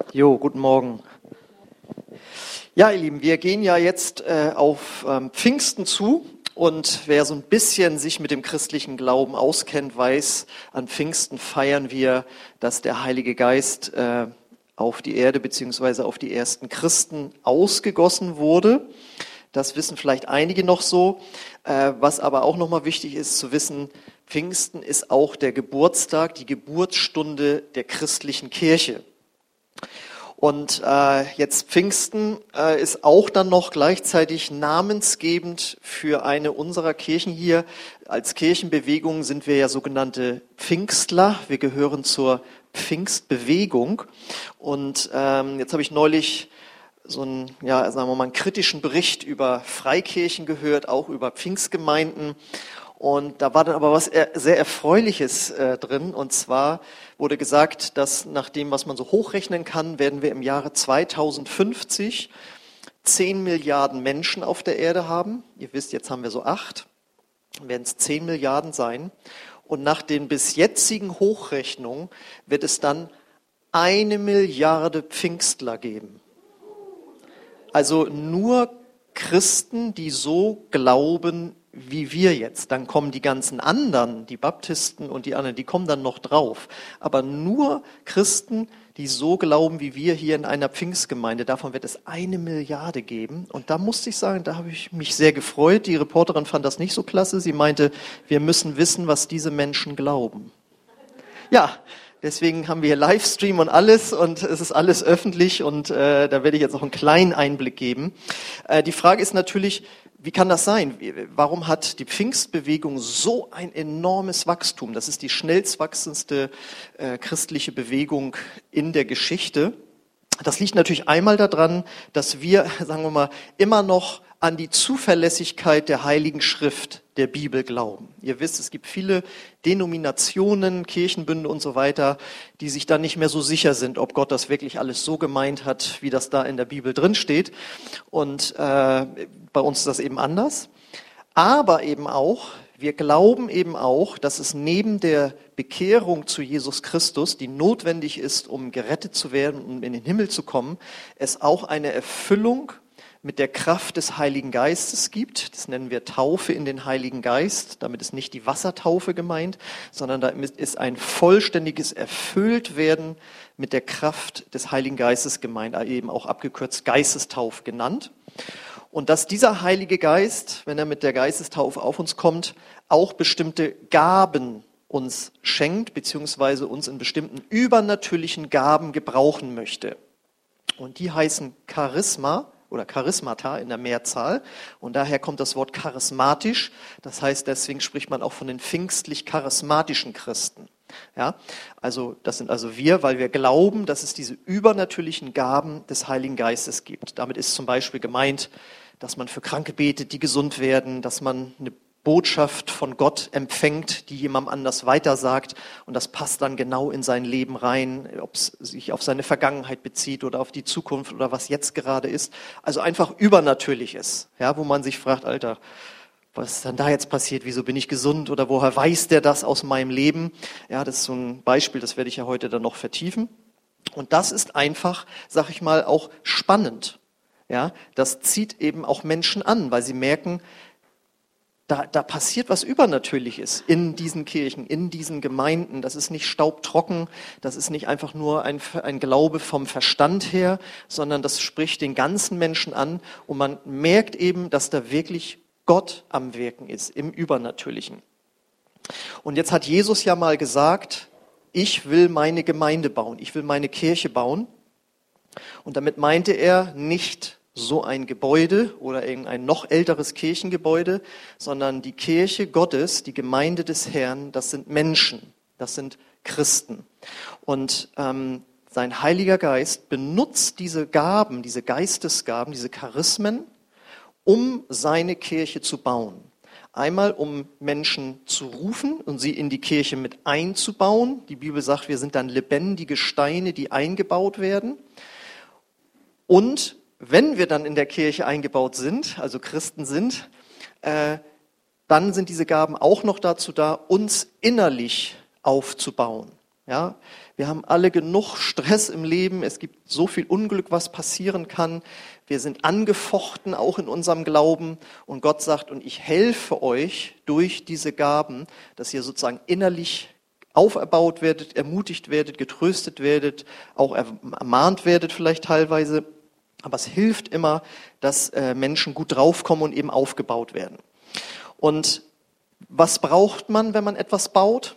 Jo, guten Morgen. Ja, ihr Lieben, wir gehen ja jetzt auf Pfingsten zu und wer so ein bisschen sich mit dem christlichen Glauben auskennt, weiß, an Pfingsten feiern wir, dass der Heilige Geist auf die Erde beziehungsweise auf die ersten Christen ausgegossen wurde. Das wissen vielleicht einige noch so. Was aber auch nochmal wichtig ist zu wissen, Pfingsten ist auch der Geburtstag, die Geburtsstunde der christlichen Kirche. Und jetzt Pfingsten ist auch dann noch gleichzeitig namensgebend für eine unserer Kirchen hier. Als Kirchenbewegung sind wir ja sogenannte Pfingstler. Wir gehören zur Pfingstbewegung. Und jetzt habe ich neulich so einen, ja, sagen wir mal, einen kritischen Bericht über Freikirchen gehört, auch über Pfingstgemeinden. Und da war dann aber was sehr Erfreuliches drin. Und zwar wurde gesagt, dass nach dem, was man so hochrechnen kann, werden wir im Jahre 2050 10 Milliarden Menschen auf der Erde haben. Ihr wisst, jetzt haben wir so 8. Dann werden es 10 Milliarden sein. Und nach den bis jetzigen Hochrechnungen wird es dann 1 Milliarde Pfingstler geben. Also nur Christen, die so glauben wie wir jetzt. Dann kommen die ganzen anderen, die Baptisten und die anderen, die kommen dann noch drauf. Aber nur Christen, die so glauben wie wir hier in einer Pfingstgemeinde, davon wird es 1 Milliarde geben. Und da musste ich sagen, da habe ich mich sehr gefreut. Die Reporterin fand das nicht so klasse. Sie meinte, wir müssen wissen, was diese Menschen glauben. Ja, deswegen haben wir hier Livestream und alles und es ist alles öffentlich und da werde ich jetzt noch einen kleinen Einblick geben. Die Frage ist natürlich, wie kann das sein? Warum hat die Pfingstbewegung so ein enormes Wachstum? Das ist die schnellst wachsendste christliche Bewegung in der Geschichte. Das liegt natürlich einmal daran, dass wir, sagen wir mal, immer noch an die Zuverlässigkeit der Heiligen Schrift der Bibel glauben. Ihr wisst, es gibt viele Denominationen, Kirchenbünde und so weiter, die sich dann nicht mehr so sicher sind, ob Gott das wirklich alles so gemeint hat, wie das da in der Bibel drin steht. Und bei uns ist das eben anders. Aber eben auch, wir glauben eben auch, dass es neben der Bekehrung zu Jesus Christus, die notwendig ist, um gerettet zu werden, um in den Himmel zu kommen, es auch eine Erfüllung mit der Kraft des Heiligen Geistes gibt. Das nennen wir Taufe in den Heiligen Geist. Damit ist nicht die Wassertaufe gemeint, sondern da ist ein vollständiges Erfülltwerden mit der Kraft des Heiligen Geistes gemeint, eben auch abgekürzt Geistestaufe genannt. Und dass dieser Heilige Geist, wenn er mit der Geistestaufe auf uns kommt, auch bestimmte Gaben uns schenkt, beziehungsweise uns in bestimmten übernatürlichen Gaben gebrauchen möchte. Und die heißen Charisma oder Charismata in der Mehrzahl. Und daher kommt das Wort charismatisch. Das heißt, deswegen spricht man auch von den pfingstlich-charismatischen Christen. Ja, also das sind also wir, weil wir glauben, dass es diese übernatürlichen Gaben des Heiligen Geistes gibt. Damit ist zum Beispiel gemeint, dass man für Kranke betet, die gesund werden, dass man eine Botschaft von Gott empfängt, die jemandem anders weitersagt und das passt dann genau in sein Leben rein, ob es sich auf seine Vergangenheit bezieht oder auf die Zukunft oder was jetzt gerade ist. Also einfach übernatürlich ist, ja, wo man sich fragt, Alter, was ist denn da jetzt passiert? Wieso bin ich gesund? Oder woher weiß der das aus meinem Leben? Ja, das ist so ein Beispiel, das werde ich ja heute dann noch vertiefen. Und das ist einfach, sag ich mal, auch spannend. Ja, das zieht eben auch Menschen an, weil sie merken, da passiert was Übernatürliches in diesen Kirchen, in diesen Gemeinden. Das ist nicht staubtrocken, das ist nicht einfach nur ein Glaube vom Verstand her, sondern das spricht den ganzen Menschen an und man merkt eben, dass da wirklich Gott am Wirken ist, im Übernatürlichen. Und jetzt hat Jesus ja mal gesagt, ich will meine Gemeinde bauen, ich will meine Kirche bauen. Und damit meinte er nicht so ein Gebäude oder irgendein noch älteres Kirchengebäude, sondern die Kirche Gottes, die Gemeinde des Herrn, das sind Menschen, das sind Christen. Und sein Heiliger Geist benutzt diese Gaben, diese Geistesgaben, diese Charismen, um seine Kirche zu bauen. Einmal, um Menschen zu rufen und sie in die Kirche mit einzubauen. Die Bibel sagt, wir sind dann lebendige Steine, die eingebaut werden. Und wenn wir dann in der Kirche eingebaut sind, also Christen sind, dann sind diese Gaben auch noch dazu da, uns innerlich aufzubauen. Ja, Wir haben alle genug Stress im Leben. Es gibt so viel Unglück, was passieren kann. Wir sind angefochten, auch in unserem Glauben. Und Gott sagt, und ich helfe euch durch diese Gaben, dass ihr sozusagen innerlich auferbaut werdet, ermutigt werdet, getröstet werdet, auch ermahnt werdet vielleicht teilweise. Aber es hilft immer, dass Menschen gut draufkommen und eben aufgebaut werden. Und was braucht man, wenn man etwas baut?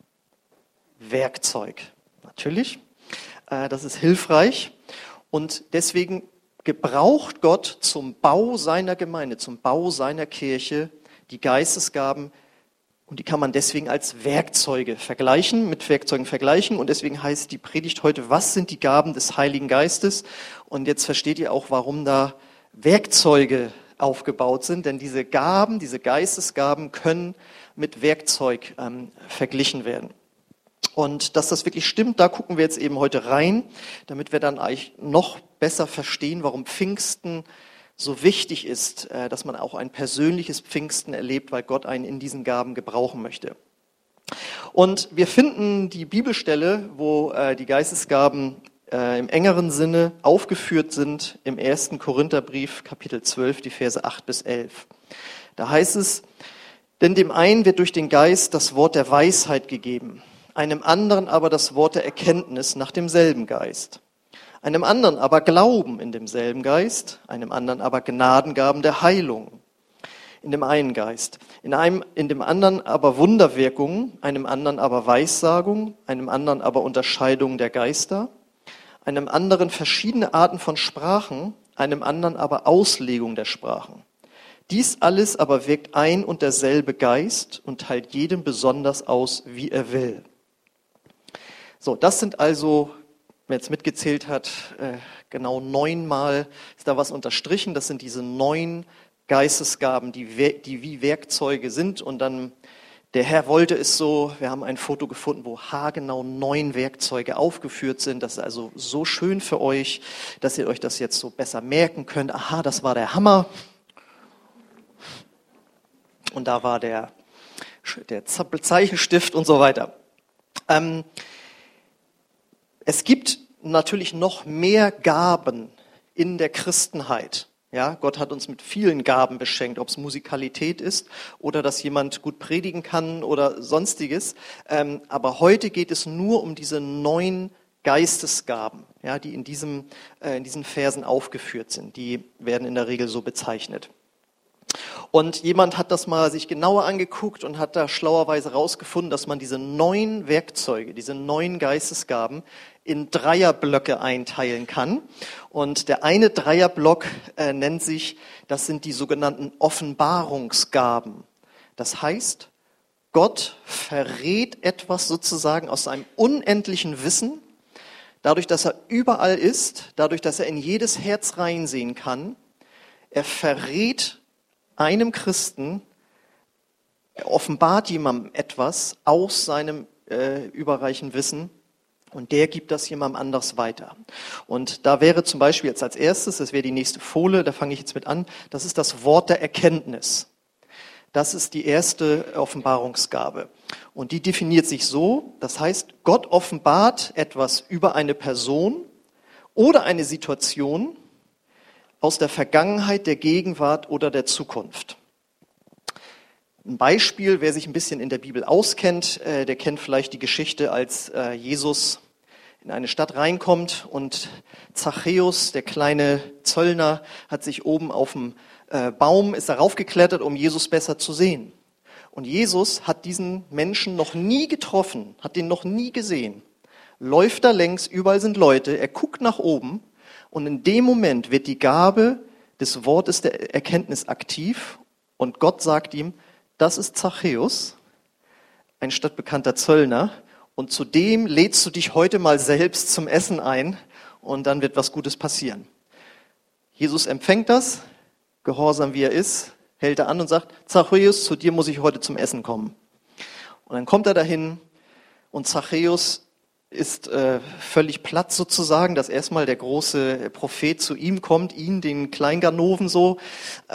Werkzeug. Natürlich, das ist hilfreich. Und deswegen gebraucht Gott zum Bau seiner Gemeinde, zum Bau seiner Kirche die Geistesgaben. Und die kann man deswegen als Werkzeuge vergleichen, mit Werkzeugen vergleichen. Und deswegen heißt die Predigt heute, was sind die Gaben des Heiligen Geistes? Und jetzt versteht ihr auch, warum da Werkzeuge aufgebaut sind. Denn diese Gaben, diese Geistesgaben können mit Werkzeug verglichen werden. Und dass das wirklich stimmt, da gucken wir jetzt eben heute rein, damit wir dann eigentlich noch besser verstehen, warum Pfingsten so wichtig ist, dass man auch ein persönliches Pfingsten erlebt, weil Gott einen in diesen Gaben gebrauchen möchte. Und wir finden die Bibelstelle, wo die Geistesgaben im engeren Sinne aufgeführt sind, im 1. Korintherbrief, Kapitel 12, die Verse 8 bis 11. Da heißt es, denn dem einen wird durch den Geist das Wort der Weisheit gegeben, einem anderen aber das Wort der Erkenntnis nach demselben Geist. Einem anderen aber Glauben in demselben Geist, einem anderen aber Gnadengaben der Heilung in dem einen Geist, in dem anderen aber Wunderwirkungen, einem anderen aber Weissagung, einem anderen aber Unterscheidung der Geister, einem anderen verschiedene Arten von Sprachen, einem anderen aber Auslegung der Sprachen. Dies alles aber wirkt ein und derselbe Geist und teilt jedem besonders aus, wie er will. So, das sind also, wer jetzt mitgezählt hat, genau 9-mal ist da was unterstrichen. Das sind diese 9 Geistesgaben, die wie Werkzeuge sind. Und dann, der Herr wollte es so, wir haben ein Foto gefunden, wo haargenau 9 Werkzeuge aufgeführt sind. Das ist also so schön für euch, dass ihr euch das jetzt so besser merken könnt. Aha, das war der Hammer. Und da war der Zeichenstift und so weiter. Es gibt natürlich noch mehr Gaben in der Christenheit. Ja, Gott hat uns mit vielen Gaben beschenkt, ob es Musikalität ist oder dass jemand gut predigen kann oder sonstiges. Aber heute geht es nur um diese 9 Geistesgaben, ja, die in diesen Versen aufgeführt sind. Die werden in der Regel so bezeichnet. Und jemand hat das mal sich genauer angeguckt und hat da schlauerweise rausgefunden, dass man diese 9 Werkzeuge, diese 9 Geistesgaben in Dreierblöcke einteilen kann. Und der eine Dreierblock nennt sich, das sind die sogenannten Offenbarungsgaben. Das heißt, Gott verrät etwas sozusagen aus seinem unendlichen Wissen, dadurch, dass er überall ist, dadurch, dass er in jedes Herz reinsehen kann. Er verrät einem Christen, er offenbart jemandem etwas aus seinem überreichen Wissen und der gibt das jemandem anders weiter. Und da wäre zum Beispiel jetzt als erstes, das wäre die nächste Folie, da fange ich jetzt mit an, das ist das Wort der Erkenntnis. Das ist die erste Offenbarungsgabe. Und die definiert sich so, das heißt, Gott offenbart etwas über eine Person oder eine Situation aus der Vergangenheit, der Gegenwart oder der Zukunft. Ein Beispiel, wer sich ein bisschen in der Bibel auskennt, der kennt vielleicht die Geschichte, als Jesus in eine Stadt reinkommt und Zachäus, der kleine Zöllner, hat sich oben auf dem Baum, ist darauf geklettert, um Jesus besser zu sehen. Und Jesus hat diesen Menschen noch nie getroffen, hat den noch nie gesehen. Läuft da längs, überall sind Leute, er guckt nach oben und in dem Moment wird die Gabe des Wortes der Erkenntnis aktiv und Gott sagt ihm, das ist Zachäus, ein stadtbekannter Zöllner und zu dem lädst du dich heute mal selbst zum Essen ein und dann wird was Gutes passieren. Jesus empfängt das, gehorsam wie er ist, hält er an und sagt, Zachäus, zu dir muss ich heute zum Essen kommen. Und dann kommt er dahin und Zachäus ist völlig platt sozusagen, dass erstmal der große Prophet zu ihm kommt, ihn, den Kleinganoven so,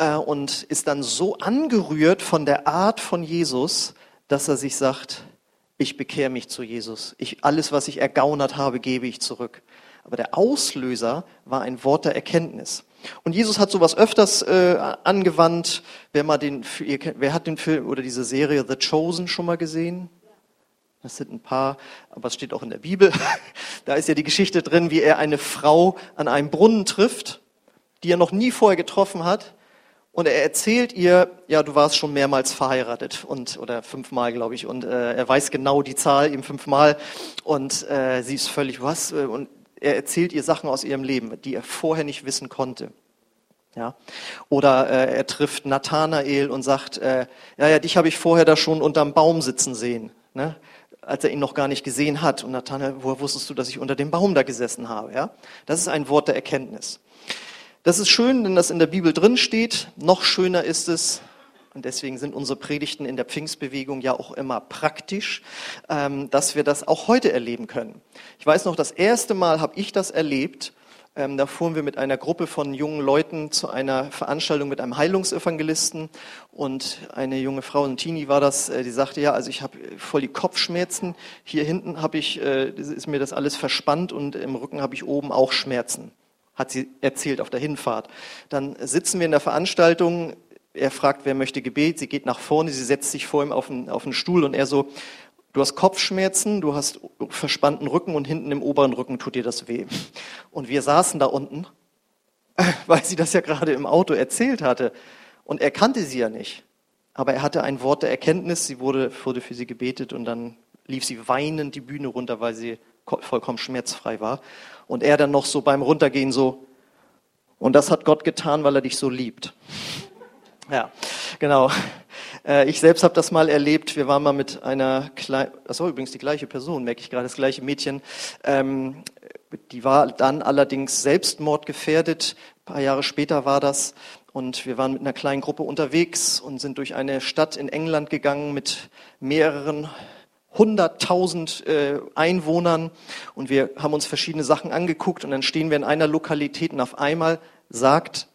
und ist dann so angerührt von der Art von Jesus, dass er sich sagt, ich bekehre mich zu Jesus. Alles, was ich ergaunert habe, gebe ich zurück. Aber der Auslöser war ein Wort der Erkenntnis. Und Jesus hat sowas öfters angewandt. Wer hat den Film oder diese Serie The Chosen schon mal gesehen? Das sind ein paar, aber es steht auch in der Bibel. Da ist ja die Geschichte drin, wie er eine Frau an einem Brunnen trifft, die er noch nie vorher getroffen hat. Und er erzählt ihr, ja, du warst schon mehrmals verheiratet oder 5-mal, glaube ich. Und er weiß genau die Zahl, eben 5-mal. Und sie ist völlig was. Und er erzählt ihr Sachen aus ihrem Leben, die er vorher nicht wissen konnte. Ja. Oder er trifft Nathanael und sagt, ja, dich habe ich vorher da schon unterm Baum sitzen sehen, ne? Als er ihn noch gar nicht gesehen hat. Und Nathanael, woher wusstest du, dass ich unter dem Baum da gesessen habe? Ja. Das ist ein Wort der Erkenntnis. Das ist schön, wenn das in der Bibel drin steht. Noch schöner ist es, und deswegen sind unsere Predigten in der Pfingstbewegung ja auch immer praktisch, dass wir das auch heute erleben können. Ich weiß noch, das erste Mal habe ich das erlebt. Da fuhren wir mit einer Gruppe von jungen Leuten zu einer Veranstaltung mit einem Heilungsevangelisten. Und eine junge Frau, ein Teenie war das, die sagte, ja, also ich habe voll die Kopfschmerzen. Hier hinten ist mir das alles verspannt und im Rücken habe ich oben auch Schmerzen. Hat sie erzählt auf der Hinfahrt. Dann sitzen wir in der Veranstaltung, er fragt, wer möchte Gebet, sie geht nach vorne, sie setzt sich vor ihm auf einen Stuhl und er so, du hast Kopfschmerzen, du hast verspannten Rücken und hinten im oberen Rücken tut dir das weh. Und wir saßen da unten, weil sie das ja gerade im Auto erzählt hatte und er kannte sie ja nicht. Aber er hatte ein Wort der Erkenntnis, wurde für sie gebetet und dann lief sie weinend die Bühne runter, weil sie vollkommen schmerzfrei war. Und er dann noch so beim Runtergehen so, und das hat Gott getan, weil er dich so liebt. Ja, genau. Ich selbst habe das mal erlebt. Wir waren mal mit einer das war übrigens die gleiche Person, merke ich gerade, das gleiche Mädchen. Die war dann allerdings selbstmordgefährdet. Ein paar Jahre später war das. Und wir waren mit einer kleinen Gruppe unterwegs und sind durch eine Stadt in England gegangen mit mehreren 100.000 Einwohnern und wir haben uns verschiedene Sachen angeguckt und dann stehen wir in einer Lokalität und auf einmal sagt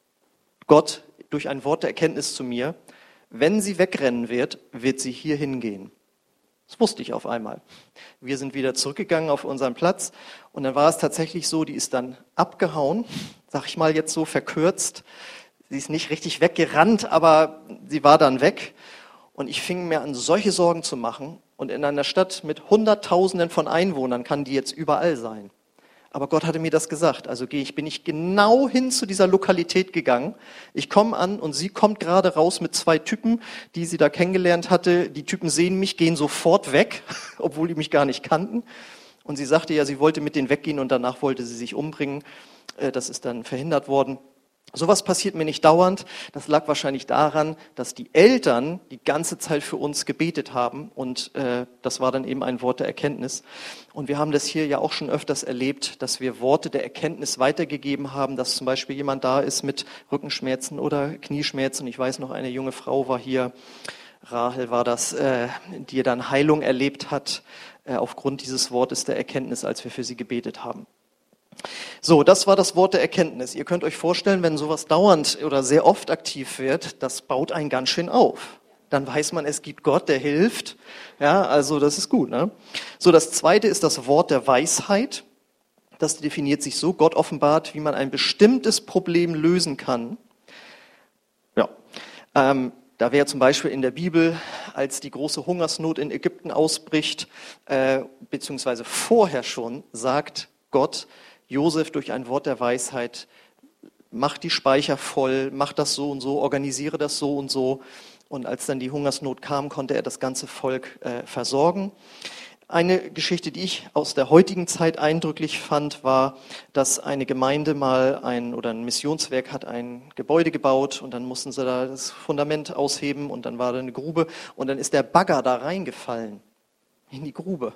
Gott durch ein Wort der Erkenntnis zu mir, wenn sie wegrennen wird, wird sie hier hingehen. Das wusste ich auf einmal. Wir sind wieder zurückgegangen auf unseren Platz und dann war es tatsächlich so, die ist dann abgehauen, sag ich mal jetzt so verkürzt. Sie ist nicht richtig weggerannt, aber sie war dann weg. Und ich fing mir an, solche Sorgen zu machen. Und in einer Stadt mit Hunderttausenden von Einwohnern kann die jetzt überall sein. Aber Gott hatte mir das gesagt. Also bin ich genau hin zu dieser Lokalität gegangen. Ich komme an und sie kommt gerade raus mit 2 Typen, die sie da kennengelernt hatte. Die Typen sehen mich, gehen sofort weg, obwohl die mich gar nicht kannten. Und sie sagte ja, sie wollte mit denen weggehen und danach wollte sie sich umbringen. Das ist dann verhindert worden. Sowas passiert mir nicht dauernd. Das lag wahrscheinlich daran, dass die Eltern die ganze Zeit für uns gebetet haben und das war dann eben ein Wort der Erkenntnis. Und wir haben das hier ja auch schon öfters erlebt, dass wir Worte der Erkenntnis weitergegeben haben, dass zum Beispiel jemand da ist mit Rückenschmerzen oder Knieschmerzen. Ich weiß noch, eine junge Frau war hier, Rahel war das, die dann Heilung erlebt hat aufgrund dieses Wortes der Erkenntnis, als wir für sie gebetet haben. So, das war das Wort der Erkenntnis. Ihr könnt euch vorstellen, wenn sowas dauernd oder sehr oft aktiv wird, das baut einen ganz schön auf. Dann weiß man, es gibt Gott, der hilft. Ja, also das ist gut, ne? So, das zweite ist das Wort der Weisheit. Das definiert sich so: Gott offenbart, wie man ein bestimmtes Problem lösen kann. Ja, da wäre zum Beispiel in der Bibel, als die große Hungersnot in Ägypten ausbricht, beziehungsweise vorher schon, sagt Gott Josef durch ein Wort der Weisheit, mach die Speicher voll, mach das so und so, organisiere das so und so. Und als dann die Hungersnot kam, konnte er das ganze Volk versorgen. Eine Geschichte, die ich aus der heutigen Zeit eindrücklich fand, war, dass eine Gemeinde ein Missionswerk hat ein Gebäude gebaut und dann mussten sie da das Fundament ausheben und dann war da eine Grube und dann ist der Bagger da reingefallen in die Grube.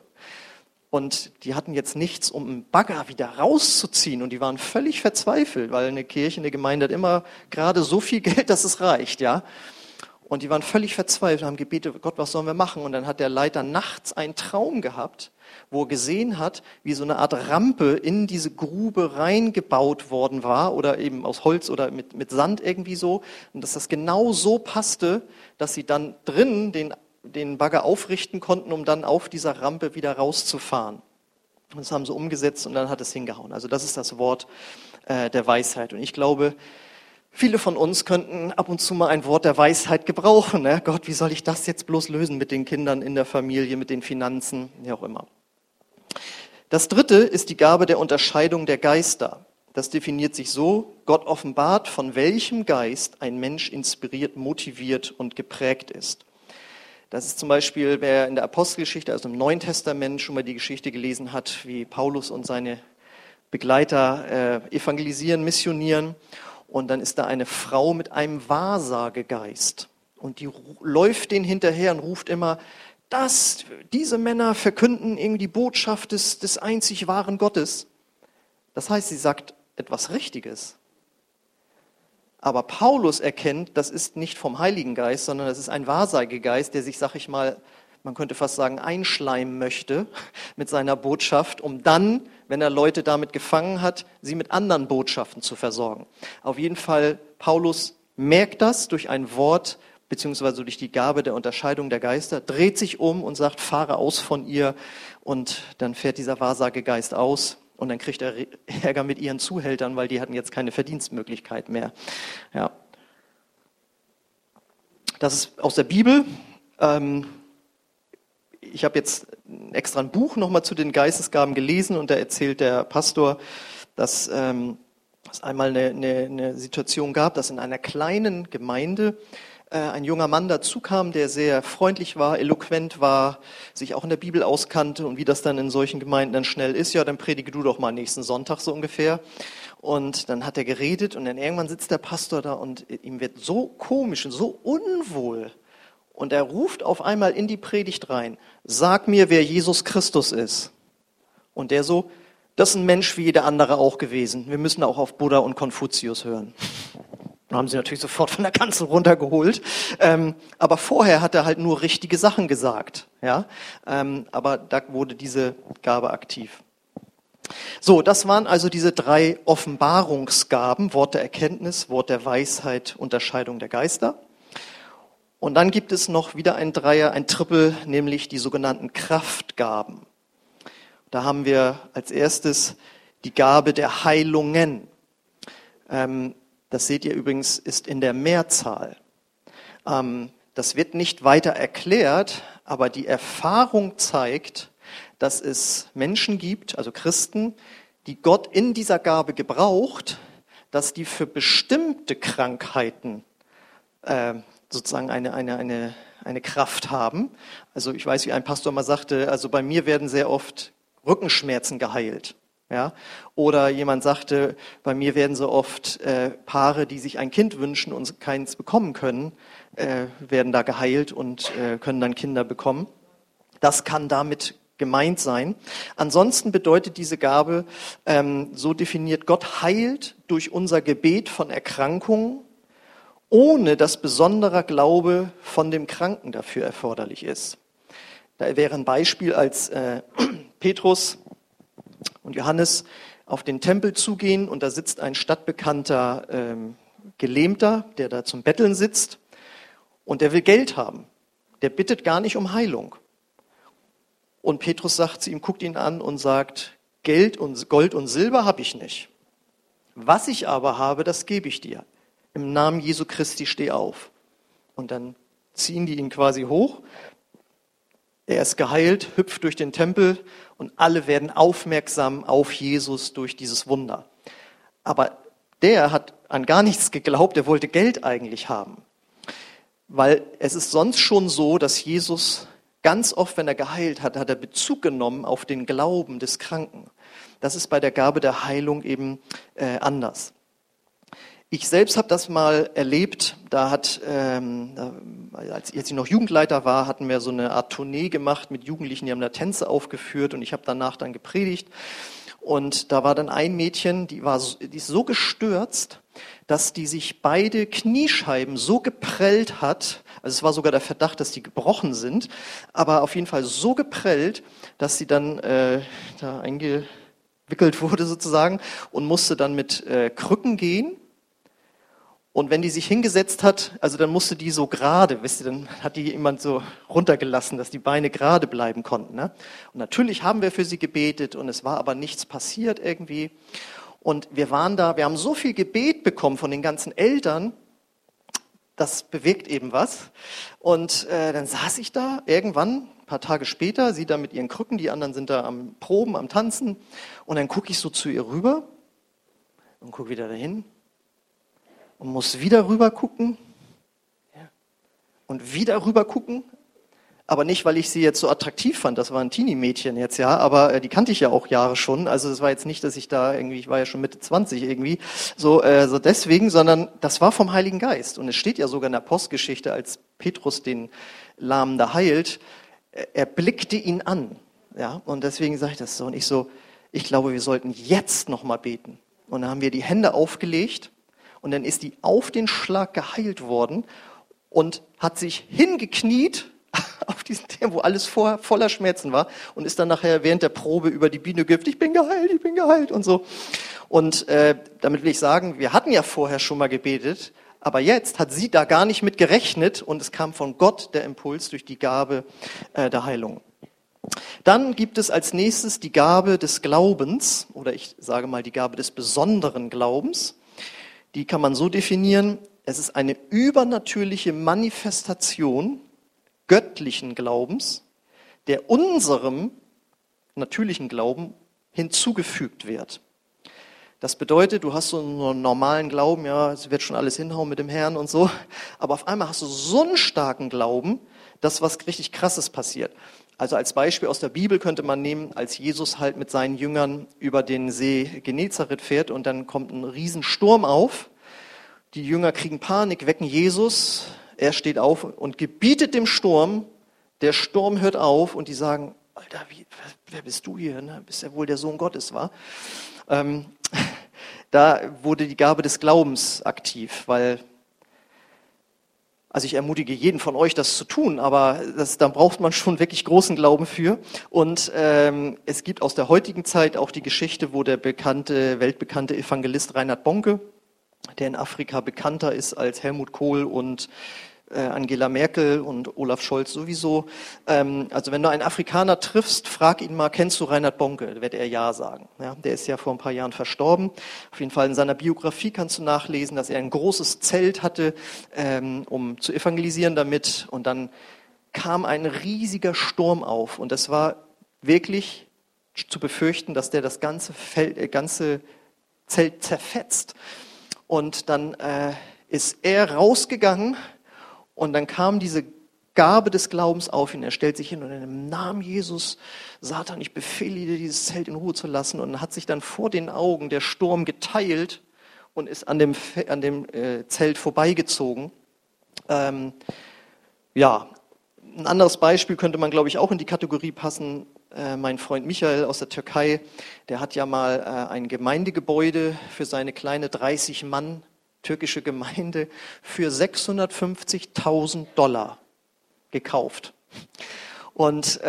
Und die hatten jetzt nichts, um einen Bagger wieder rauszuziehen. Und die waren völlig verzweifelt, weil eine Kirche, eine Gemeinde hat immer gerade so viel Geld, dass es reicht, ja. Und die waren völlig verzweifelt, haben gebetet, Gott, was sollen wir machen? Und dann hat der Leiter nachts einen Traum gehabt, wo er gesehen hat, wie so eine Art Rampe in diese Grube reingebaut worden war oder eben aus Holz oder mit Sand irgendwie so. Und dass das genau so passte, dass sie dann drin den den Bagger aufrichten konnten, um dann auf dieser Rampe wieder rauszufahren. Und das haben sie umgesetzt und dann hat es hingehauen. Also das ist das Wort der Weisheit. Und ich glaube, viele von uns könnten ab und zu mal ein Wort der Weisheit gebrauchen. Ne? Gott, wie soll ich das jetzt bloß lösen mit den Kindern in der Familie, mit den Finanzen, wie auch immer. Das dritte ist die Gabe der Unterscheidung der Geister. Das definiert sich so: Gott offenbart, von welchem Geist ein Mensch inspiriert, motiviert und geprägt ist. Das ist zum Beispiel, wer in der Apostelgeschichte, also im Neuen Testament, schon mal die Geschichte gelesen hat, wie Paulus und seine Begleiter evangelisieren, missionieren. Und dann ist da eine Frau mit einem Wahrsagegeist. Und die läuft denen hinterher und ruft immer, diese Männer verkünden irgendwie die Botschaft des einzig wahren Gottes. Das heißt, sie sagt etwas Richtiges. Aber Paulus erkennt, das ist nicht vom Heiligen Geist, sondern das ist ein Wahrsagegeist, der sich, sag ich mal, man könnte fast sagen, einschleimen möchte mit seiner Botschaft, um dann, wenn er Leute damit gefangen hat, sie mit anderen Botschaften zu versorgen. Auf jeden Fall, Paulus merkt das durch ein Wort, beziehungsweise durch die Gabe der Unterscheidung der Geister, dreht sich um und sagt, fahre aus von ihr, und dann fährt dieser Wahrsagegeist aus. Und dann kriegt er Ärger mit ihren Zuhältern, weil die hatten jetzt keine Verdienstmöglichkeit mehr. Ja. Das ist aus der Bibel. Ich habe jetzt extra ein Buch nochmal zu den Geistesgaben gelesen und da erzählt der Pastor, dass es einmal eine Situation gab, dass in einer kleinen Gemeinde ein junger Mann dazu kam, der sehr freundlich war, eloquent war, sich auch in der Bibel auskannte, und wie das dann in solchen Gemeinden dann schnell ist, ja, dann predige du doch mal nächsten Sonntag so ungefähr. Und dann hat er geredet und dann irgendwann sitzt der Pastor da und ihm wird so komisch und so unwohl. Und er ruft auf einmal in die Predigt rein, sag mir, wer Jesus Christus ist. Und der so, das ist ein Mensch wie jeder andere auch gewesen. Wir müssen auch auf Buddha und Konfuzius hören. Dann haben sie natürlich sofort von der Kanzel runtergeholt. Aber vorher hat er halt nur richtige Sachen gesagt. Ja? Aber da wurde diese Gabe aktiv. So, das waren also diese 3 Offenbarungsgaben: Wort der Erkenntnis, Wort der Weisheit, Unterscheidung der Geister. Und dann gibt es noch wieder ein Dreier, ein Triple, nämlich die sogenannten Kraftgaben. Da haben wir als erstes die Gabe der Heilungen. Das seht ihr übrigens, ist in der Mehrzahl. Das wird nicht weiter erklärt, aber die Erfahrung zeigt, dass es Menschen gibt, also Christen, die Gott in dieser Gabe gebraucht, dass die für bestimmte Krankheiten sozusagen eine Kraft haben. Also ich weiß, wie ein Pastor mal sagte, also bei mir werden sehr oft Rückenschmerzen geheilt. Ja? Oder jemand sagte, bei mir werden so oft Paare, die sich ein Kind wünschen und keins bekommen können, werden da geheilt und können dann Kinder bekommen. Das kann damit gemeint sein. Ansonsten bedeutet diese Gabe, so definiert, Gott heilt durch unser Gebet von Erkrankungen, ohne dass besonderer Glaube von dem Kranken dafür erforderlich ist. Da wäre ein Beispiel, als Petrus und Johannes auf den Tempel zugehen und da sitzt ein stadtbekannter Gelähmter, der da zum Betteln sitzt, und der will Geld haben. Der bittet gar nicht um Heilung. Und Petrus sagt zu ihm, guckt ihn an und sagt, Gold und Silber habe ich nicht. Was ich aber habe, das gebe ich dir. Im Namen Jesu Christi steh auf. Und dann ziehen die ihn quasi hoch. Er ist geheilt, hüpft durch den Tempel und alle werden aufmerksam auf Jesus durch dieses Wunder. Aber der hat an gar nichts geglaubt, er wollte Geld eigentlich haben. Weil es ist sonst schon so, dass Jesus ganz oft, wenn er geheilt hat, hat er Bezug genommen auf den Glauben des Kranken. Das ist bei der Gabe der Heilung eben anders. Ich selbst habe das mal erlebt, als ich noch Jugendleiter war, hatten wir so eine Art Tournee gemacht mit Jugendlichen, die haben da Tänze aufgeführt und ich habe danach dann gepredigt. Und da war dann ein Mädchen, die ist so gestürzt, dass die sich beide Kniescheiben so geprellt hat, also es war sogar der Verdacht, dass die gebrochen sind, aber auf jeden Fall so geprellt, dass sie dann da eingewickelt wurde sozusagen und musste dann mit Krücken gehen. Und wenn die sich hingesetzt hat, also dann musste die so gerade, wisst ihr, dann hat die jemand so runtergelassen, dass die Beine gerade bleiben konnten. Ne? Und natürlich haben wir für sie gebetet und es war aber nichts passiert irgendwie. Und wir waren da, wir haben so viel Gebet bekommen von den ganzen Eltern, das bewegt eben was. Und dann saß ich da irgendwann, ein paar Tage später, sie da mit ihren Krücken, die anderen sind da am Proben, am Tanzen. Und dann gucke ich so zu ihr rüber und gucke wieder dahin. Und muss wieder rüber gucken und wieder rüber gucken, aber nicht, weil ich sie jetzt so attraktiv fand, das war ein Teenie-Mädchen jetzt, ja, aber die kannte ich ja auch Jahre schon, also es war jetzt nicht, dass ich da irgendwie, ich war ja schon Mitte 20 irgendwie, so deswegen, sondern das war vom Heiligen Geist und es steht ja sogar in der Apostelgeschichte, als Petrus den Lahmen da heilt, er blickte ihn an, ja, und deswegen sage ich das so und ich glaube, wir sollten jetzt nochmal beten und dann haben wir die Hände aufgelegt. Und dann ist die auf den Schlag geheilt worden und hat sich hingekniet auf diesen Thema, wo alles vorher voller Schmerzen war und ist dann nachher während der Probe über die Bühne gehüpft, ich bin geheilt und so. Und damit will ich sagen, wir hatten ja vorher schon mal gebetet, aber jetzt hat sie da gar nicht mit gerechnet und es kam von Gott der Impuls durch die Gabe der Heilung. Dann gibt es als nächstes die Gabe des Glaubens oder ich sage mal die Gabe des besonderen Glaubens. Die kann man so definieren, es ist eine übernatürliche Manifestation göttlichen Glaubens, der unserem natürlichen Glauben hinzugefügt wird. Das bedeutet, du hast so einen normalen Glauben, ja, es wird schon alles hinhauen mit dem Herrn und so, aber auf einmal hast du so einen starken Glauben, dass was richtig Krasses passiert. Also als Beispiel aus der Bibel könnte man nehmen, als Jesus halt mit seinen Jüngern über den See Genezareth fährt und dann kommt ein Riesensturm auf. Die Jünger kriegen Panik, wecken Jesus, er steht auf und gebietet dem Sturm, der Sturm hört auf und die sagen, Alter, wer bist du hier? Ne? Bist ja wohl der Sohn Gottes, wa? Da wurde die Gabe des Glaubens aktiv, weil also ich ermutige jeden von euch, das zu tun, aber da braucht man schon wirklich großen Glauben für. Und es gibt aus der heutigen Zeit auch die Geschichte, wo der weltbekannte Evangelist Reinhard Bonke, der in Afrika bekannter ist als Helmut Kohl und Angela Merkel und Olaf Scholz sowieso. Also wenn du einen Afrikaner triffst, frag ihn mal, kennst du Reinhard Bonke? Da wird er ja sagen. Ja, der ist ja vor ein paar Jahren verstorben. Auf jeden Fall in seiner Biografie kannst du nachlesen, dass er ein großes Zelt hatte, um zu evangelisieren damit. Und dann kam ein riesiger Sturm auf. Und das war wirklich zu befürchten, dass der das ganze Zelt zerfetzt. Und dann ist er rausgegangen. Und dann kam diese Gabe des Glaubens auf ihn. Er stellt sich hin und in dem Namen Jesus, Satan, ich befehle dir, dieses Zelt in Ruhe zu lassen. Und hat sich dann vor den Augen der Sturm geteilt und ist an dem Zelt vorbeigezogen. Ja, ein anderes Beispiel könnte man, glaube ich, auch in die Kategorie passen. Mein Freund Michael aus der Türkei, der hat ja mal ein Gemeindegebäude für seine kleine 30-Mann türkische Gemeinde für $650.000 gekauft. Und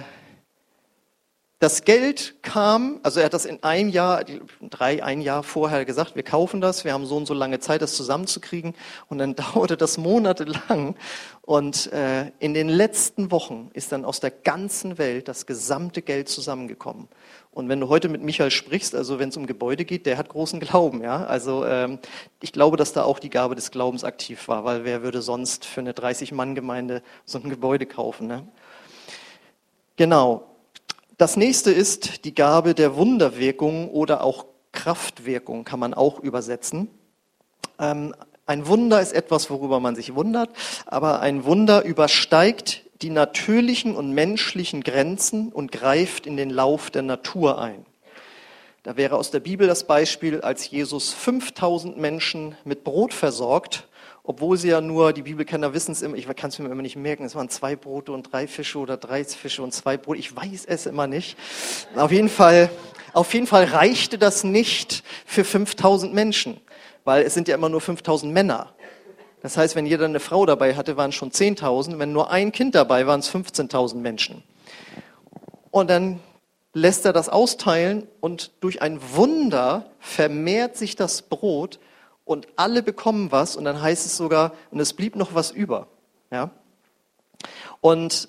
das Geld kam, also er hat das in ein Jahr vorher gesagt, wir kaufen das, wir haben so und so lange Zeit, das zusammenzukriegen. Und dann dauerte das monatelang. Und in den letzten Wochen ist dann aus der ganzen Welt das gesamte Geld zusammengekommen. Und wenn du heute mit Michael sprichst, also wenn es um Gebäude geht, der hat großen Glauben, ja. Also ich glaube, dass da auch die Gabe des Glaubens aktiv war, weil wer würde sonst für eine 30-Mann-Gemeinde so ein Gebäude kaufen, ne? Genau. Das nächste ist die Gabe der Wunderwirkung oder auch Kraftwirkung, kann man auch übersetzen. Ein Wunder ist etwas, worüber man sich wundert, aber ein Wunder übersteigt die natürlichen und menschlichen Grenzen und greift in den Lauf der Natur ein. Da wäre aus der Bibel das Beispiel, als Jesus 5.000 Menschen mit Brot versorgt, obwohl sie ja nur, die Bibelkenner wissen es immer, ich kann es mir immer nicht merken, es waren 2 Brote und 3 Fische oder 3 Fische und 2 Brote, ich weiß es immer nicht. Auf jeden Fall reichte das nicht für 5.000 Menschen, weil es sind ja immer nur 5.000 Männer. Das heißt, wenn jeder eine Frau dabei hatte, waren es schon 10.000, wenn nur ein Kind dabei waren es 15.000 Menschen. Und dann lässt er das austeilen und durch ein Wunder vermehrt sich das Brot und alle bekommen was und dann heißt es sogar, und es blieb noch was über. Ja? Und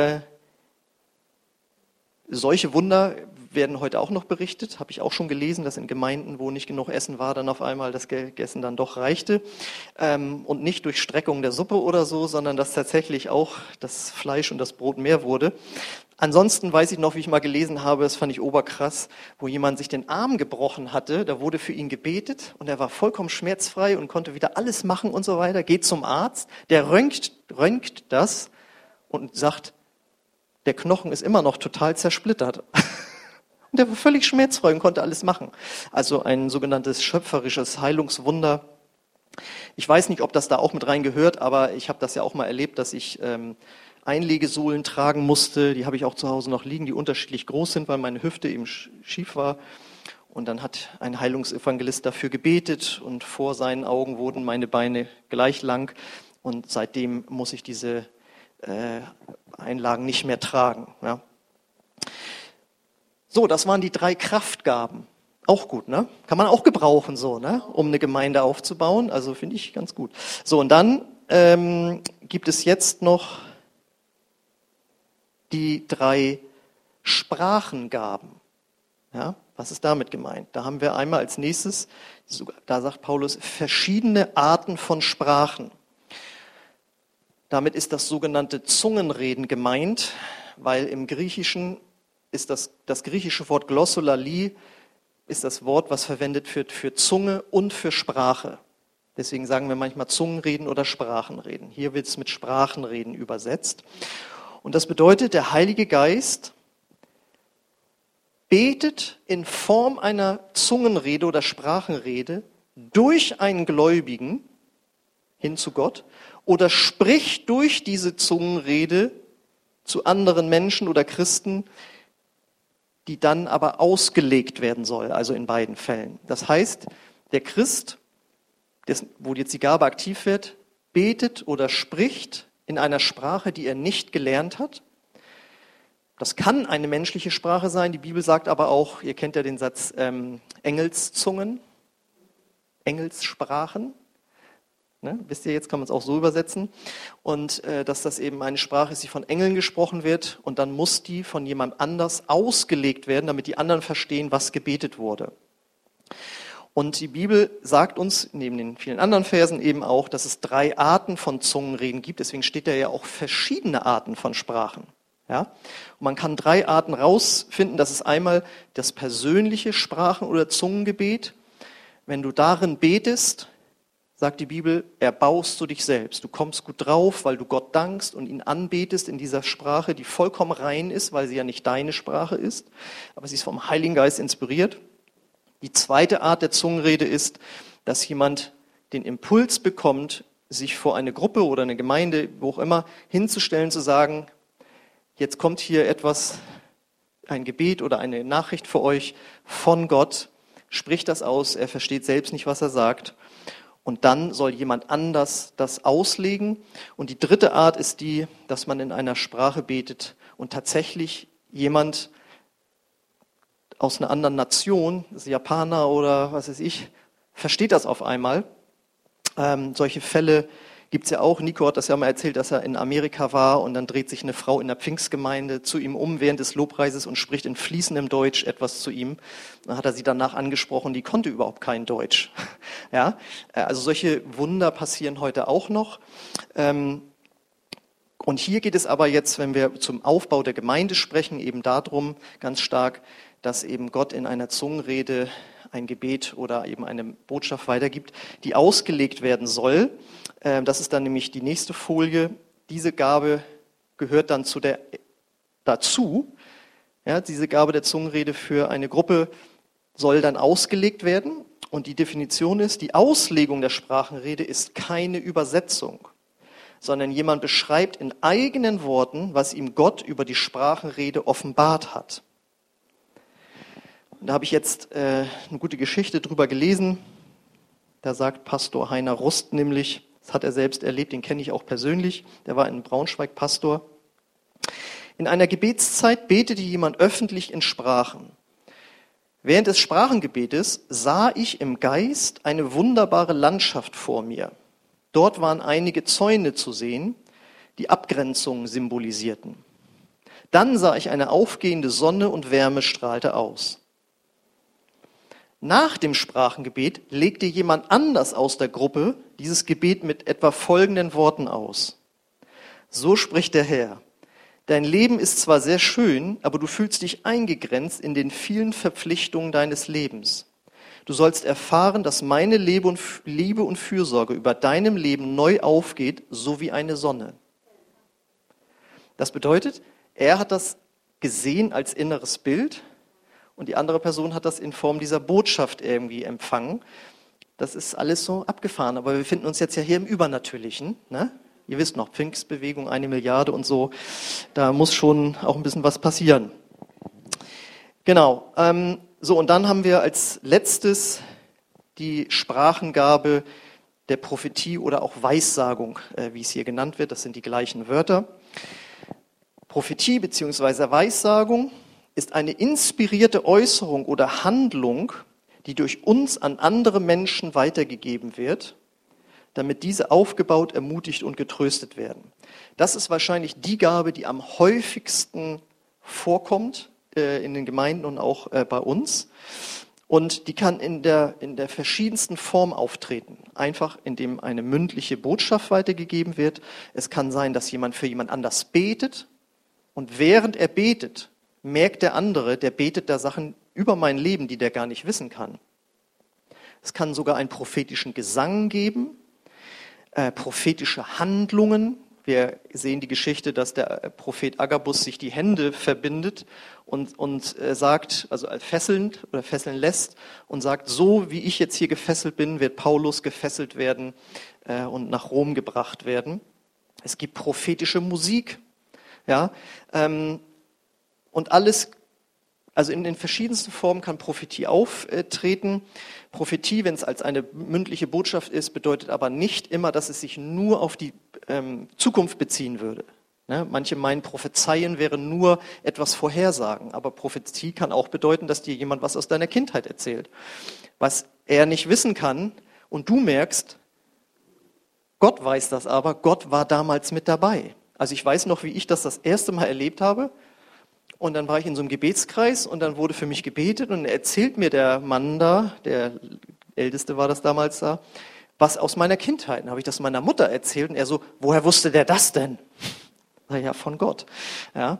solche Wunder werden heute auch noch berichtet, habe ich auch schon gelesen, dass in Gemeinden, wo nicht genug Essen war, dann auf einmal das Essen dann doch reichte. Und nicht durch Streckung der Suppe oder so, sondern dass tatsächlich auch das Fleisch und das Brot mehr wurde. Ansonsten weiß ich noch, wie ich mal gelesen habe, das fand ich oberkrass, wo jemand sich den Arm gebrochen hatte, da wurde für ihn gebetet und er war vollkommen schmerzfrei und konnte wieder alles machen und so weiter, geht zum Arzt, der röntgt das und sagt, der Knochen ist immer noch total zersplittert. Und der war völlig schmerzfrei und konnte alles machen. Also ein sogenanntes schöpferisches Heilungswunder. Ich weiß nicht, ob das da auch mit rein gehört, aber ich habe das ja auch mal erlebt, dass ich Einlegesohlen tragen musste. Die habe ich auch zu Hause noch liegen, die unterschiedlich groß sind, weil meine Hüfte eben schief war. Und dann hat ein Heilungsevangelist dafür gebetet und vor seinen Augen wurden meine Beine gleich lang. Und seitdem muss ich diese Einlagen nicht mehr tragen. Ja. So, das waren die 3 Kraftgaben. Auch gut, ne? Kann man auch gebrauchen, so, ne? Um eine Gemeinde aufzubauen. Also finde ich ganz gut. So, und dann gibt es jetzt noch die 3 Sprachengaben. Ja, was ist damit gemeint? Da haben wir einmal als nächstes, da sagt Paulus, verschiedene Arten von Sprachen. Damit ist das sogenannte Zungenreden gemeint, weil im Griechischen ist das griechische Wort Glossolali ist das Wort, was verwendet wird für Zunge und für Sprache. Deswegen sagen wir manchmal Zungenreden oder Sprachenreden. Hier wird es mit Sprachenreden übersetzt. Und das bedeutet, der Heilige Geist betet in Form einer Zungenrede oder Sprachenrede durch einen Gläubigen hin zu Gott oder spricht durch diese Zungenrede zu anderen Menschen oder Christen, die dann aber ausgelegt werden soll, also in beiden Fällen. Das heißt, der Christ, wo jetzt die Gabe aktiv wird, betet oder spricht in einer Sprache, die er nicht gelernt hat. Das kann eine menschliche Sprache sein, die Bibel sagt aber auch, ihr kennt ja den Satz Engelszungen, Engelssprachen. Ne? Wisst ihr, jetzt kann man es auch so übersetzen. Und dass das eben eine Sprache ist, die von Engeln gesprochen wird und dann muss die von jemand anders ausgelegt werden, damit die anderen verstehen, was gebetet wurde. Und die Bibel sagt uns, neben den vielen anderen Versen eben auch, dass es 3 Arten von Zungenreden gibt. Deswegen steht da ja auch verschiedene Arten von Sprachen. Ja? Und man kann 3 Arten rausfinden. Das ist einmal das persönliche Sprachen- oder Zungengebet. Wenn du darin betest, sagt die Bibel, erbaust du dich selbst. Du kommst gut drauf, weil du Gott dankst und ihn anbetest in dieser Sprache, die vollkommen rein ist, weil sie ja nicht deine Sprache ist, aber sie ist vom Heiligen Geist inspiriert. Die zweite Art der Zungenrede ist, dass jemand den Impuls bekommt, sich vor eine Gruppe oder eine Gemeinde, wo auch immer, hinzustellen, zu sagen, jetzt kommt hier etwas, ein Gebet oder eine Nachricht für euch von Gott, spricht das aus, er versteht selbst nicht, was er sagt. Und dann soll jemand anders das auslegen. Und die dritte Art ist die, dass man in einer Sprache betet und tatsächlich jemand aus einer anderen Nation, das ist Japaner oder was weiß ich, versteht das auf einmal. Solche Fälle gibt es ja auch. Nico hat das ja mal erzählt, dass er in Amerika war und dann dreht sich eine Frau in der Pfingstgemeinde zu ihm um während des Lobpreises und spricht in fließendem Deutsch etwas zu ihm. Dann hat er sie danach angesprochen, die konnte überhaupt kein Deutsch. Ja, also solche Wunder passieren heute auch noch. Und hier geht es aber jetzt, wenn wir zum Aufbau der Gemeinde sprechen, eben darum ganz stark, dass eben Gott in einer Zungenrede ein Gebet oder eben eine Botschaft weitergibt, die ausgelegt werden soll. Das ist dann nämlich die nächste Folie. Diese Gabe gehört dann dazu. Ja, diese Gabe der Zungenrede für eine Gruppe soll dann ausgelegt werden. Und die Definition ist, die Auslegung der Sprachenrede ist keine Übersetzung, sondern jemand beschreibt in eigenen Worten, was ihm Gott über die Sprachenrede offenbart hat. Und da habe ich jetzt eine gute Geschichte drüber gelesen. Da sagt Pastor Heiner Rust nämlich, das hat er selbst erlebt, den kenne ich auch persönlich, der war in Braunschweig Pastor. In einer Gebetszeit betete jemand öffentlich in Sprachen. Während des Sprachengebetes sah ich im Geist eine wunderbare Landschaft vor mir. Dort waren einige Zäune zu sehen, die Abgrenzungen symbolisierten. Dann sah ich eine aufgehende Sonne und Wärme strahlte aus. Nach dem Sprachengebet legte jemand anders aus der Gruppe dieses Gebet mit etwa folgenden Worten aus. So spricht der Herr. Dein Leben ist zwar sehr schön, aber du fühlst dich eingegrenzt in den vielen Verpflichtungen deines Lebens. Du sollst erfahren, dass meine Liebe und Fürsorge über deinem Leben neu aufgeht, so wie eine Sonne. Das bedeutet, er hat das gesehen als inneres Bild und die andere Person hat das in Form dieser Botschaft irgendwie empfangen. Das ist alles so abgefahren, aber wir befinden uns jetzt ja hier im Übernatürlichen, ne? Ihr wisst noch, Pfingstbewegung, 1 Milliarde und so, da muss schon auch ein bisschen was passieren. Genau, so und dann haben wir als letztes die Sprachengabe der Prophetie oder auch Weissagung, wie es hier genannt wird, das sind die gleichen Wörter. Prophetie bzw. Weissagung ist eine inspirierte Äußerung oder Handlung, die durch uns an andere Menschen weitergegeben wird, damit diese aufgebaut, ermutigt und getröstet werden. Das ist wahrscheinlich die Gabe, die am häufigsten vorkommt in den Gemeinden und auch bei uns. Und die kann in der verschiedensten Form auftreten. Einfach, indem eine mündliche Botschaft weitergegeben wird. Es kann sein, dass jemand für jemand anders betet. Und während er betet, merkt der andere, der betet da Sachen über mein Leben, die der gar nicht wissen kann. Es kann sogar einen prophetischen Gesang geben. Prophetische Handlungen. Wir sehen die Geschichte, dass der Prophet Agabus sich die Hände verbindet und sagt, also fesseln lässt und sagt, so wie ich jetzt hier gefesselt bin, wird Paulus gefesselt werden und nach Rom gebracht werden. Es gibt prophetische Musik, ja, und alles. Also in den verschiedensten Formen kann Prophetie auftreten. Prophetie, wenn es als eine mündliche Botschaft ist, bedeutet aber nicht immer, dass es sich nur auf die Zukunft beziehen würde. Ne? Manche meinen, Prophezeien wäre nur etwas vorhersagen. Aber Prophetie kann auch bedeuten, dass dir jemand was aus deiner Kindheit erzählt. Was er nicht wissen kann und du merkst, Gott weiß das aber, Gott war damals mit dabei. Also ich weiß noch, wie ich das erste Mal erlebt habe. Und dann war ich in so einem Gebetskreis und dann wurde für mich gebetet und erzählt mir der Mann da, der Älteste war das damals da, was aus meiner Kindheit. Dann habe ich das meiner Mutter erzählt und er so, woher wusste der das denn? Ja, von Gott. Ja.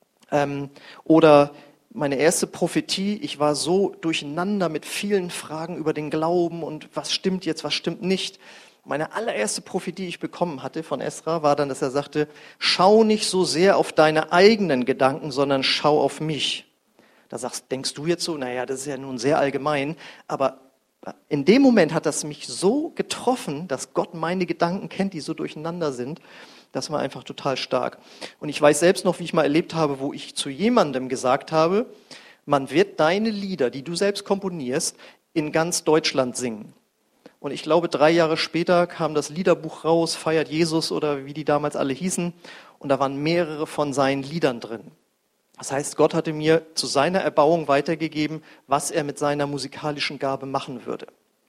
Oder meine erste Prophetie, ich war so durcheinander mit vielen Fragen über den Glauben und was stimmt jetzt, was stimmt nicht. Meine allererste Prophetie, die ich bekommen hatte von Esra, war dann, dass er sagte, schau nicht so sehr auf deine eigenen Gedanken, sondern schau auf mich. Da denkst du jetzt so, naja, das ist ja nun sehr allgemein, aber in dem Moment hat das mich so getroffen, dass Gott meine Gedanken kennt, die so durcheinander sind. Das war einfach total stark. Und ich weiß selbst noch, wie ich mal erlebt habe, wo ich zu jemandem gesagt habe, man wird deine Lieder, die du selbst komponierst, in ganz Deutschland singen. Und ich glaube, 3 Jahre später kam das Liederbuch raus, Feiert Jesus oder wie die damals alle hießen. Und da waren mehrere von seinen Liedern drin. Das heißt, Gott hatte mir zu seiner Erbauung weitergegeben, was er mit seiner musikalischen Gabe machen würde.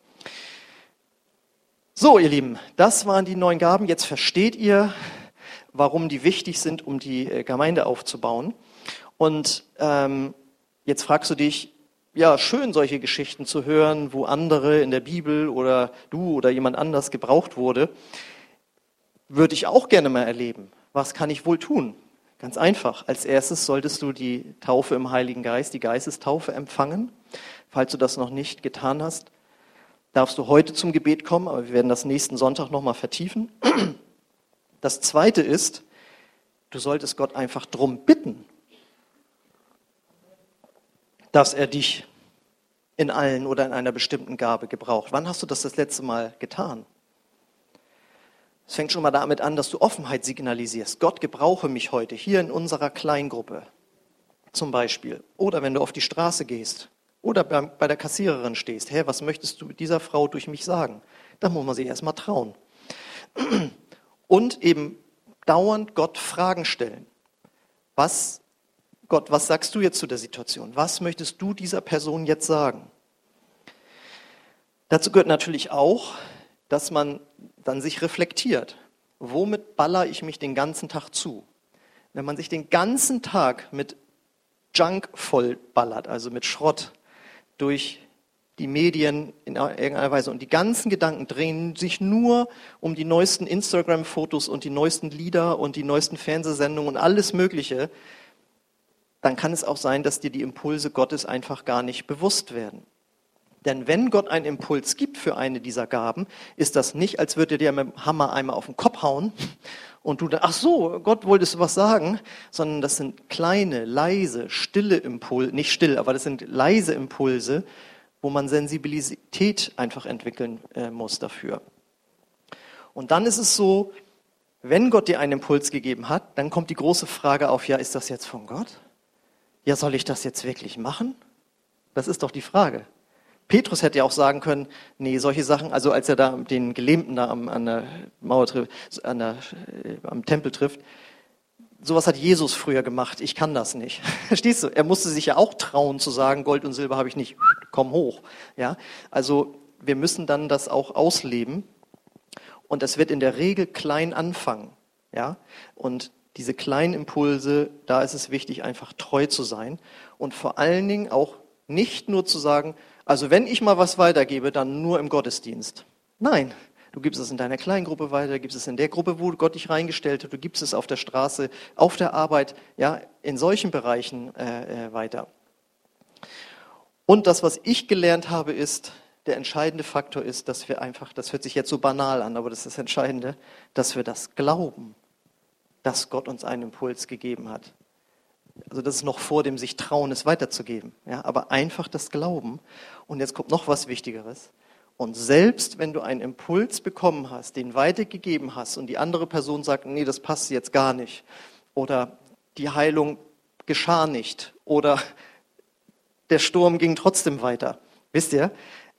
So, ihr Lieben, das waren die 9 Gaben. Jetzt versteht ihr, warum die wichtig sind, um die Gemeinde aufzubauen. Und jetzt fragst du dich, ja, schön, solche Geschichten zu hören, wo andere in der Bibel oder du oder jemand anders gebraucht wurde. Würde ich auch gerne mal erleben. Was kann ich wohl tun? Ganz einfach. Als erstes solltest du die Taufe im Heiligen Geist, die Geistestaufe empfangen. Falls du das noch nicht getan hast, darfst du heute zum Gebet kommen, aber wir werden das nächsten Sonntag nochmal vertiefen. Das Zweite ist, du solltest Gott einfach drum bitten, dass er dich in allen oder in einer bestimmten Gabe gebraucht. Wann hast du das letzte Mal getan? Es fängt schon mal damit an, dass du Offenheit signalisierst. Gott, gebrauche mich heute, hier in unserer Kleingruppe zum Beispiel. Oder wenn du auf die Straße gehst oder bei der Kassiererin stehst. Herr, was möchtest du dieser Frau durch mich sagen? Da muss man sich erstmal trauen. Und eben dauernd Gott Fragen stellen. Was Gott, was sagst du jetzt zu der Situation? Was möchtest du dieser Person jetzt sagen? Dazu gehört natürlich auch, dass man dann sich reflektiert. Womit baller ich mich den ganzen Tag zu? Wenn man sich den ganzen Tag mit Junk vollballert, also mit Schrott durch die Medien in irgendeiner Weise und die ganzen Gedanken drehen sich nur um die neuesten Instagram-Fotos und die neuesten Lieder und die neuesten Fernsehsendungen und alles Mögliche, dann kann es auch sein, dass dir die Impulse Gottes einfach gar nicht bewusst werden. Denn wenn Gott einen Impuls gibt für eine dieser Gaben, ist das nicht, als würde dir mit dem Hammer einmal auf den Kopf hauen und du dann, ach so, Gott, wolltest du was sagen? Sondern das sind kleine, leise, stille Impulse, nicht still, aber das sind leise Impulse, wo man Sensibilität einfach entwickeln muss dafür. Und dann ist es so, wenn Gott dir einen Impuls gegeben hat, dann kommt die große Frage auf, ja, ist das jetzt von Gott? Ja, soll ich das jetzt wirklich machen? Das ist doch die Frage. Petrus hätte ja auch sagen können, nee, solche Sachen, also als er da den Gelähmten da an der Mauer trifft, am Tempel trifft, sowas hat Jesus früher gemacht, ich kann das nicht. Verstehst du? Er musste sich ja auch trauen zu sagen, Gold und Silber habe ich nicht, komm hoch. Ja? Also wir müssen dann das auch ausleben und das wird in der Regel klein anfangen. Ja? Und diese kleinen Impulse, da ist es wichtig, einfach treu zu sein und vor allen Dingen auch nicht nur zu sagen, also wenn ich mal was weitergebe, dann nur im Gottesdienst. Nein, du gibst es in deiner Kleingruppe weiter, du gibst es in der Gruppe, wo Gott dich reingestellt hat, du gibst es auf der Straße, auf der Arbeit, ja, in solchen Bereichen weiter. Und das, was ich gelernt habe, ist, der entscheidende Faktor ist, dass wir einfach, das hört sich jetzt so banal an, aber das ist das Entscheidende, dass wir das glauben, dass Gott uns einen Impuls gegeben hat. Also das ist noch vor dem sich trauen, es weiterzugeben. Ja, aber einfach das Glauben. Und jetzt kommt noch was Wichtigeres. Und selbst wenn du einen Impuls bekommen hast, den weitergegeben hast und die andere Person sagt, nee, das passt jetzt gar nicht. Oder die Heilung geschah nicht. Oder der Sturm ging trotzdem weiter. Wisst ihr?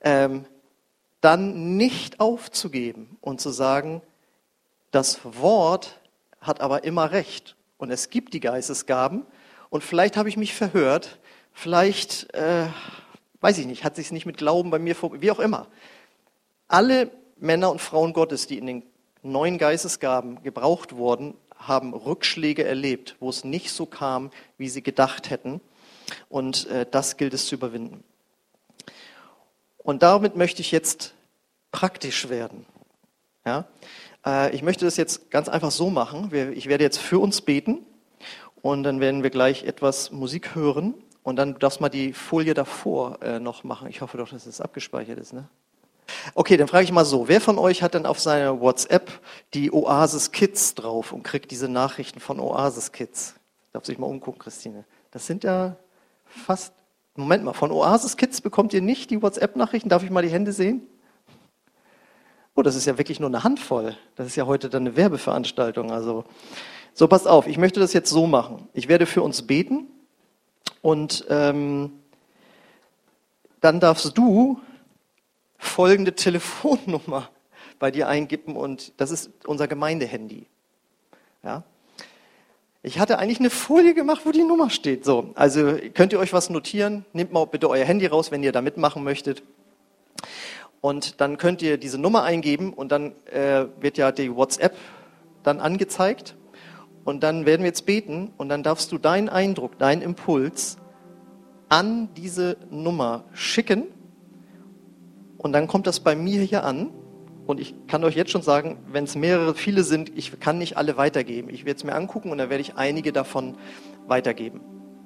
Dann nicht aufzugeben und zu sagen, das Wort hat aber immer recht. Und es gibt die Geistesgaben. Und vielleicht habe ich mich verhört, vielleicht, weiß ich nicht, hat sich nicht mit Glauben bei mir wie auch immer. Alle Männer und Frauen Gottes, die in den 9 Geistesgaben gebraucht wurden, haben Rückschläge erlebt, wo es nicht so kam, wie sie gedacht hätten. Und das gilt es zu überwinden. Und damit möchte ich jetzt praktisch werden. Ja? Ich möchte das jetzt ganz einfach so machen. Ich werde jetzt für uns beten. Und dann werden wir gleich etwas Musik hören. Und dann darfst du mal die Folie davor noch machen. Ich hoffe doch, dass es abgespeichert ist. Ne? Okay, dann frage ich mal so. Wer von euch hat denn auf seiner WhatsApp die Oasis Kids drauf und kriegt diese Nachrichten von Oasis Kids? Darf sich mal umgucken, Christine. Das sind ja fast... Moment mal, von Oasis Kids bekommt ihr nicht die WhatsApp-Nachrichten? Darf ich mal die Hände sehen? Oh, das ist ja wirklich nur eine Handvoll. Das ist ja heute dann eine Werbeveranstaltung. Also... So, passt auf, ich möchte das jetzt so machen. Ich werde für uns beten und dann darfst du folgende Telefonnummer bei dir eingeben und das ist unser Gemeindehandy. Ja? Ich hatte eigentlich eine Folie gemacht, wo die Nummer steht. So, also könnt ihr euch was notieren? Nehmt mal bitte euer Handy raus, wenn ihr da mitmachen möchtet. Und dann könnt ihr diese Nummer eingeben und dann wird ja die WhatsApp dann angezeigt. Und dann werden wir jetzt beten und dann darfst du deinen Eindruck, deinen Impuls an diese Nummer schicken. Und dann kommt das bei mir hier an. Und ich kann euch jetzt schon sagen, wenn es viele sind, ich kann nicht alle weitergeben. Ich werde es mir angucken und dann werde ich einige davon weitergeben.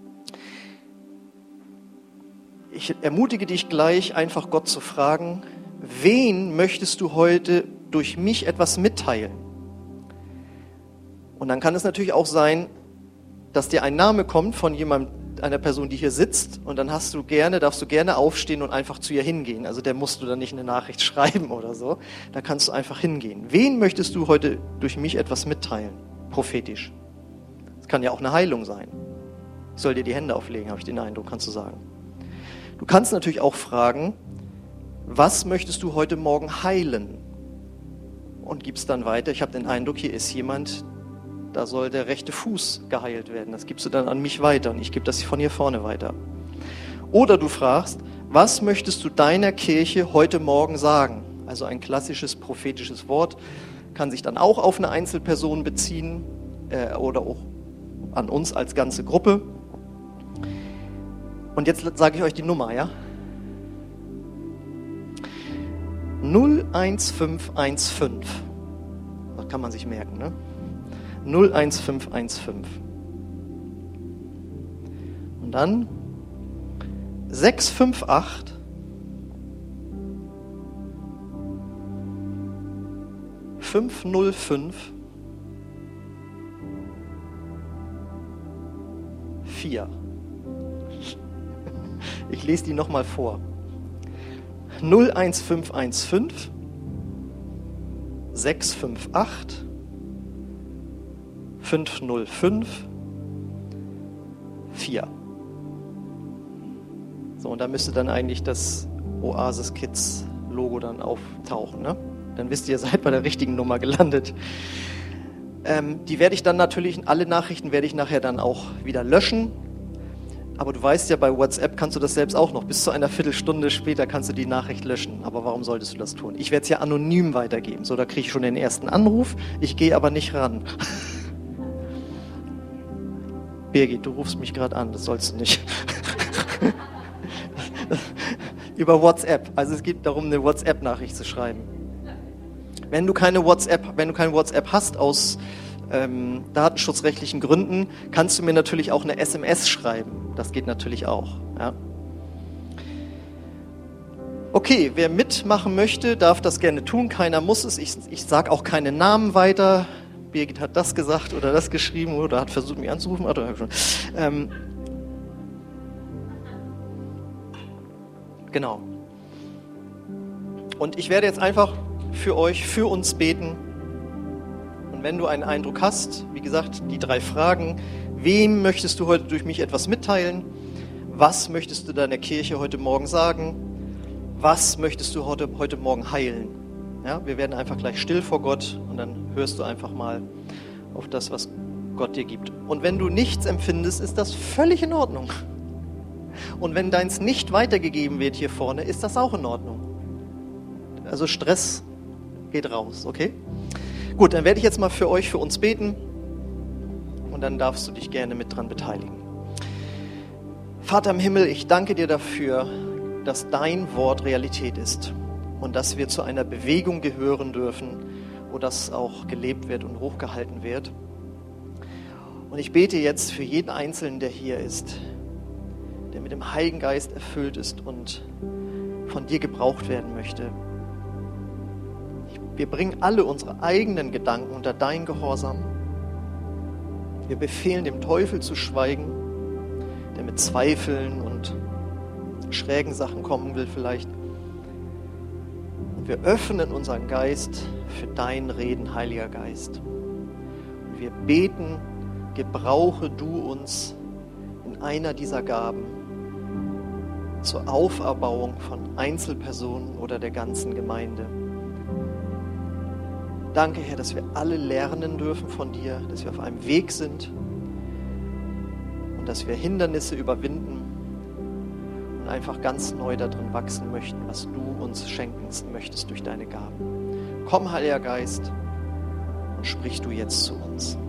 Ich ermutige dich gleich, einfach Gott zu fragen, wen möchtest du heute durch mich etwas mitteilen? Und dann kann es natürlich auch sein, dass dir ein Name kommt von einer Person, die hier sitzt, und dann darfst du gerne aufstehen und einfach zu ihr hingehen. Also der musst du dann nicht eine Nachricht schreiben oder so. Da kannst du einfach hingehen. Wen möchtest du heute durch mich etwas mitteilen? Prophetisch. Es kann ja auch eine Heilung sein. Ich soll dir die Hände auflegen, habe ich den Eindruck, kannst du sagen. Du kannst natürlich auch fragen, was möchtest du heute Morgen heilen? Und gibst dann weiter. Ich habe den Eindruck, hier ist jemand, da soll der rechte Fuß geheilt werden. Das gibst du dann an mich weiter und ich gebe das von hier vorne weiter. Oder du fragst, was möchtest du deiner Kirche heute Morgen sagen? Also ein klassisches prophetisches Wort kann sich dann auch auf eine Einzelperson beziehen oder auch an uns als ganze Gruppe. Und jetzt sage ich euch die Nummer, ja? 01515. Das kann man sich merken, ne? 01515. Und dann 658 505 4. Ich lese die nochmal vor. 01515 658 505 4. So, und da müsste dann eigentlich das Oasis Kids Logo dann auftauchen, ne? Dann wisst ihr seid bei der richtigen Nummer gelandet. Die werde ich dann natürlich, alle Nachrichten werde ich nachher dann auch wieder löschen. Aber du weißt ja, bei WhatsApp kannst du das selbst auch noch. Bis zu einer Viertelstunde später kannst du die Nachricht löschen. Aber warum solltest du das tun? Ich werde es ja anonym weitergeben. So, da kriege ich schon den ersten Anruf. Ich gehe aber nicht ran. Birgit, du rufst mich gerade an. Das sollst du nicht. Über WhatsApp. Also es geht darum, eine WhatsApp-Nachricht zu schreiben. Wenn du keine WhatsApp hast aus datenschutzrechtlichen Gründen, kannst du mir natürlich auch eine SMS schreiben. Das geht natürlich auch. Ja. Okay, wer mitmachen möchte, darf das gerne tun. Keiner muss es. Ich sage auch keine Namen weiter. Birgit hat das gesagt oder das geschrieben oder hat versucht, mich anzurufen. Genau. Und ich werde jetzt einfach für uns beten. Und wenn du einen Eindruck hast, wie gesagt, die 3 Fragen: Wem möchtest du heute durch mich etwas mitteilen? Was möchtest du deiner Kirche heute Morgen sagen? Was möchtest du heute Morgen heilen? Ja, wir werden einfach gleich still vor Gott und dann hörst du einfach mal auf das, was Gott dir gibt. Und wenn du nichts empfindest, ist das völlig in Ordnung. Und wenn deins nicht weitergegeben wird hier vorne, ist das auch in Ordnung. Also Stress geht raus, okay? Gut, dann werde ich jetzt mal für uns beten und dann darfst du dich gerne mit dran beteiligen. Vater im Himmel, ich danke dir dafür, dass dein Wort Realität ist und dass wir zu einer Bewegung gehören dürfen, wo das auch gelebt wird und hochgehalten wird. Und ich bete jetzt für jeden Einzelnen, der hier ist, der mit dem Heiligen Geist erfüllt ist und von dir gebraucht werden möchte. Wir bringen alle unsere eigenen Gedanken unter dein Gehorsam. Wir befehlen dem Teufel zu schweigen, der mit Zweifeln und schrägen Sachen kommen will vielleicht. Und wir öffnen unseren Geist für dein Reden, Heiliger Geist. Und wir beten, gebrauche du uns in einer dieser Gaben zur Auferbauung von Einzelpersonen oder der ganzen Gemeinde. Danke, Herr, dass wir alle lernen dürfen von dir, dass wir auf einem Weg sind und dass wir Hindernisse überwinden und einfach ganz neu darin wachsen möchten, was du uns schenken möchtest durch deine Gaben. Komm, Heiliger Geist, und sprich du jetzt zu uns.